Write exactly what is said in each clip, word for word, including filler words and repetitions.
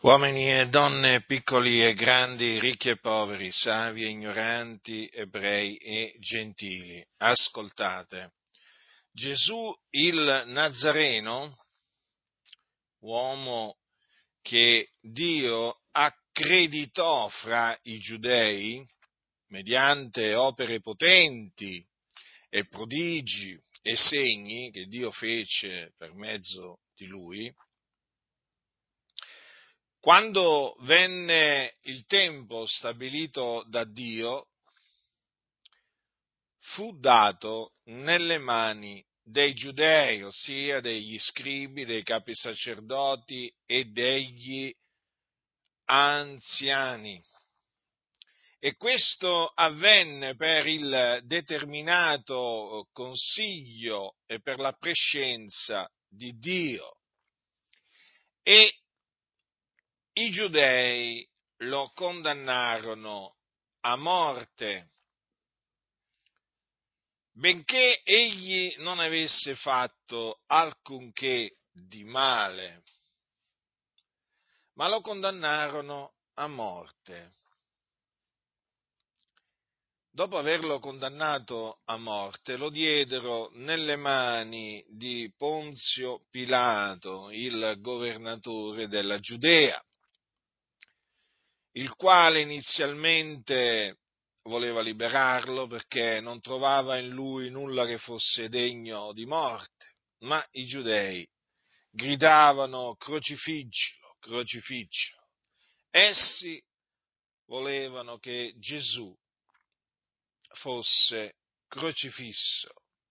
Uomini e donne, piccoli e grandi, ricchi e poveri, savi e ignoranti, ebrei e gentili, ascoltate. Gesù il Nazareno, uomo che Dio accreditò fra i giudei mediante opere potenti e prodigi e segni che Dio fece per mezzo di lui, quando venne il tempo stabilito da Dio, fu dato nelle mani dei giudei, ossia degli scribi, dei capi sacerdoti e degli anziani. E questo avvenne per il determinato consiglio e per la prescienza di Dio. E i giudei lo condannarono a morte, benché egli non avesse fatto alcunché di male, ma lo condannarono a morte. Dopo averlo condannato a morte, lo diedero nelle mani di Ponzio Pilato, il governatore della Giudea, il quale inizialmente voleva liberarlo perché non trovava in lui nulla che fosse degno di morte, ma i giudei gridavano crocifiggilo, crocifiggilo. Essi volevano che Gesù fosse crocifisso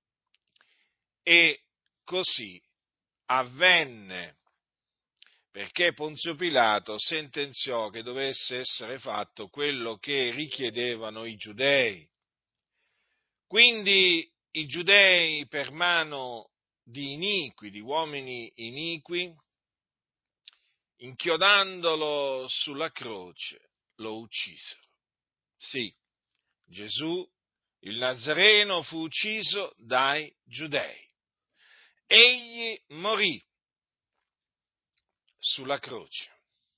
e così avvenne, perché Ponzio Pilato sentenziò che dovesse essere fatto quello che richiedevano i giudei. Quindi i giudei, per mano di iniqui, di uomini iniqui, inchiodandolo sulla croce, lo uccisero. Sì, Gesù, il Nazareno, fu ucciso dai giudei. Egli morì sulla croce.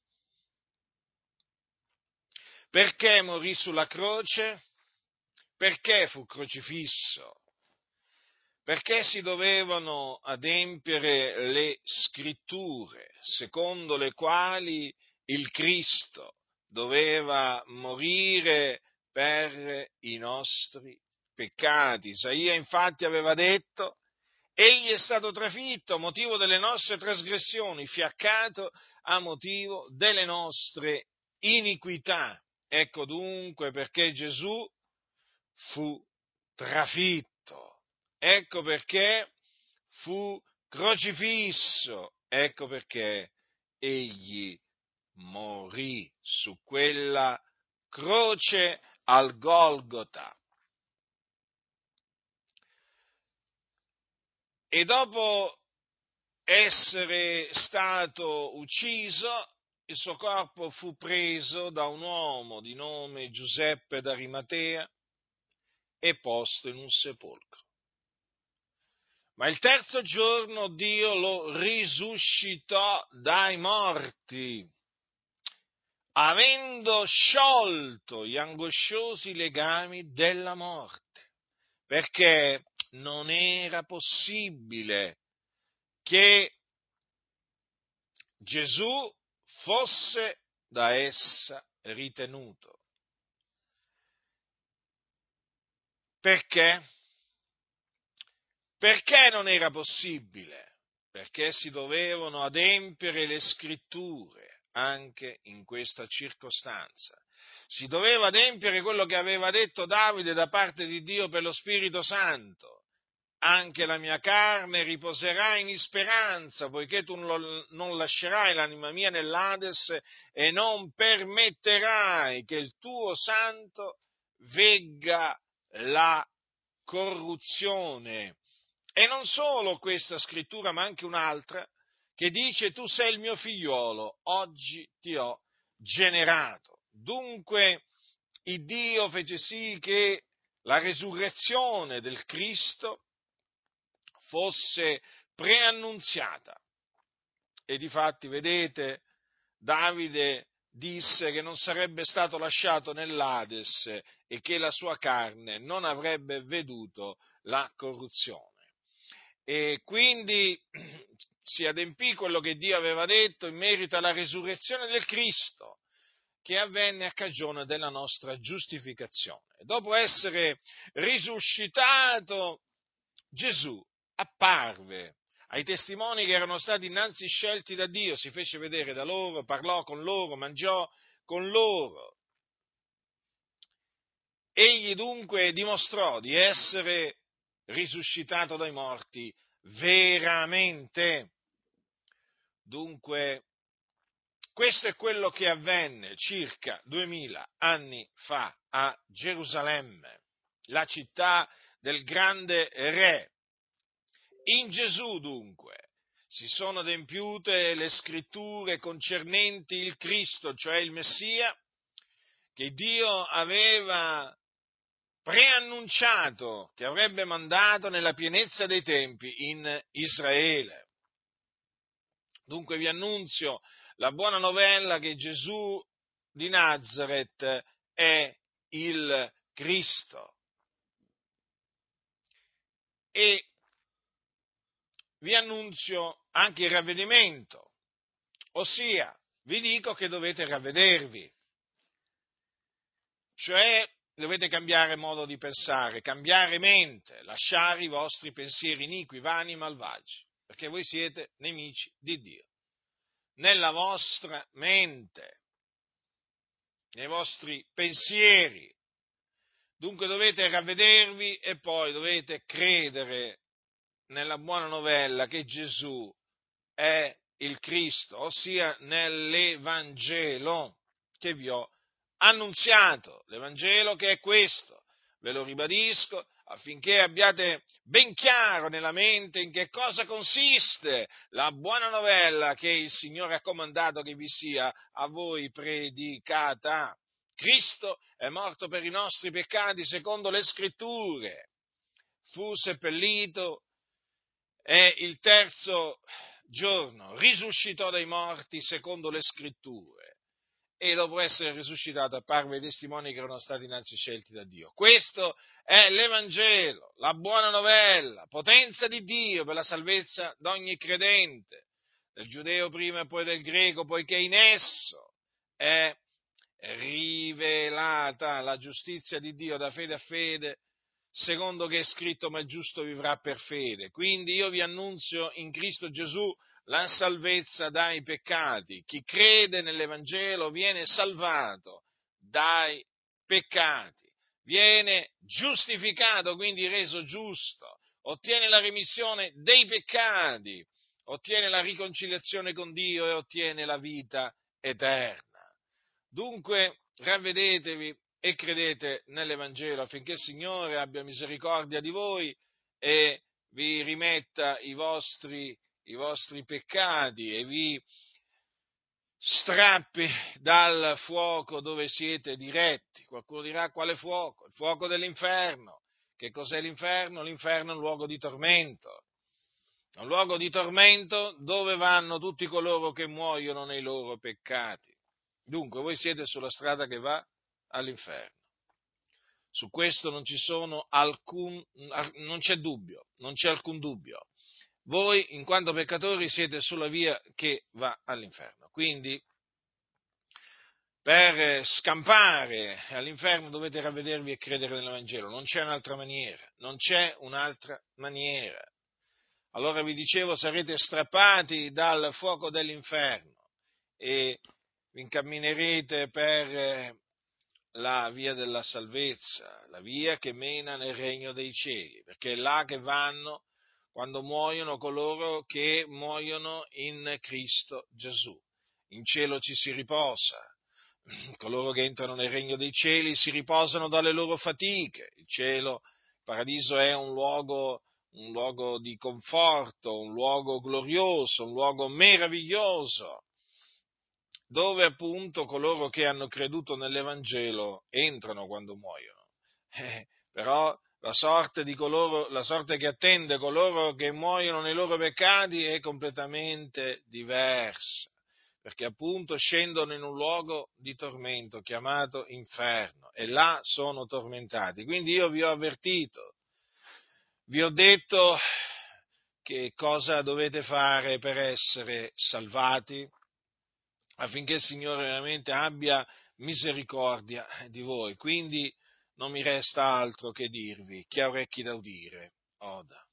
Perché morì sulla croce? Perché fu crocifisso? Perché si dovevano adempiere le scritture, secondo le quali il Cristo doveva morire per i nostri peccati. Isaia infatti aveva detto: egli è stato trafitto a motivo delle nostre trasgressioni, fiaccato a motivo delle nostre iniquità. Ecco dunque perché Gesù fu trafitto. Ecco perché fu crocifisso. Ecco perché egli morì su quella croce al Golgota. E dopo essere stato ucciso, il suo corpo fu preso da un uomo di nome Giuseppe d'Arimatea e posto in un sepolcro. Ma il terzo giorno Dio lo risuscitò dai morti, avendo sciolto gli angosciosi legami della morte, perché non era possibile che Gesù fosse da essa ritenuto. Perché? Perché non era possibile? Perché si dovevano adempiere le scritture anche in questa circostanza. Si doveva adempiere quello che aveva detto Davide da parte di Dio per lo Spirito Santo. Anche la mia carne riposerà in speranza, poiché tu non lascerai l'anima mia nell'Ades e non permetterai che il tuo santo vegga la corruzione. E non solo questa scrittura, ma anche un'altra, che dice: tu sei il mio figliolo, oggi ti ho generato. Dunque, il Dio fece sì che la resurrezione del Cristo fosse preannunziata. E difatti, vedete, Davide disse che non sarebbe stato lasciato nell'Ades e che la sua carne non avrebbe veduto la corruzione. E quindi si adempì quello che Dio aveva detto in merito alla risurrezione del Cristo, che avvenne a cagione della nostra giustificazione. Dopo essere risuscitato, Gesù apparve ai testimoni che erano stati innanzi scelti da Dio, si fece vedere da loro, parlò con loro, mangiò con loro. Egli dunque dimostrò di essere risuscitato dai morti veramente. Dunque, questo è quello che avvenne circa duemila anni fa a Gerusalemme, la città del grande re. In Gesù, dunque, si sono adempiute le scritture concernenti il Cristo, cioè il Messia, che Dio aveva preannunciato che avrebbe mandato nella pienezza dei tempi in Israele. Dunque vi annunzio la buona novella che Gesù di Nazaret è il Cristo. E vi annunzio anche il ravvedimento, ossia vi dico che dovete ravvedervi, cioè dovete cambiare modo di pensare, cambiare mente, lasciare i vostri pensieri iniqui, vani, malvagi, perché voi siete nemici di Dio. Nella vostra mente, nei vostri pensieri. Dunque dovete ravvedervi e poi dovete credere nella buona novella che Gesù è il Cristo, ossia nell'Evangelo che vi ho annunziato, l'Evangelo che è questo, ve lo ribadisco, affinché abbiate ben chiaro nella mente in che cosa consiste la buona novella che il Signore ha comandato che vi sia a voi predicata. Cristo è morto per i nostri peccati secondo le Scritture, fu seppellito e il terzo giorno risuscitò dai morti secondo le Scritture e dopo essere risuscitato apparve ai testimoni che erano stati innanzi scelti da Dio. Questo è l'Evangelo, la buona novella, potenza di Dio per la salvezza d'ogni credente, del giudeo prima e poi del greco, poiché in esso è rivelata la giustizia di Dio da fede a fede, secondo che è scritto, ma il giusto vivrà per fede. Quindi io vi annunzio in Cristo Gesù la salvezza dai peccati. Chi crede nell'Evangelo viene salvato dai peccati, viene giustificato, quindi reso giusto, ottiene la remissione dei peccati, ottiene la riconciliazione con Dio e ottiene la vita eterna. Dunque, ravvedetevi e credete nell'Evangelo affinché il Signore abbia misericordia di voi e vi rimetta i vostri, i vostri peccati e vi strappi dal fuoco dove siete diretti. Qualcuno dirà: quale fuoco? Il fuoco dell'inferno. Che cos'è l'inferno? L'inferno è un luogo di tormento. È un luogo di tormento dove vanno tutti coloro che muoiono nei loro peccati. Dunque, voi siete sulla strada che va all'inferno. Su questo non ci sono alcun, non c'è dubbio, non c'è alcun dubbio. Voi, in quanto peccatori, siete sulla via che va all'inferno. Quindi, per scampare all'inferno dovete ravvedervi e credere nell'Evangelo. Non c'è un'altra maniera, non c'è un'altra maniera. Allora vi dicevo, sarete strappati dal fuoco dell'inferno e vi incamminerete per la via della salvezza, la via che mena nel regno dei cieli, perché è là che vanno quando muoiono coloro che muoiono in Cristo Gesù. In cielo ci si riposa, coloro che entrano nel regno dei cieli si riposano dalle loro fatiche. Il cielo, il paradiso è un luogo, un luogo di conforto, un luogo glorioso, un luogo meraviglioso, dove appunto coloro che hanno creduto nell'Evangelo entrano quando muoiono. Eh, però la sorte di coloro, la sorte che attende coloro che muoiono nei loro peccati è completamente diversa, perché appunto scendono in un luogo di tormento chiamato inferno e là sono tormentati. Quindi io vi ho avvertito, vi ho detto che cosa dovete fare per essere salvati, affinché il Signore veramente abbia misericordia di voi. Quindi non mi resta altro che dirvi: chi ha orecchi da udire, oda.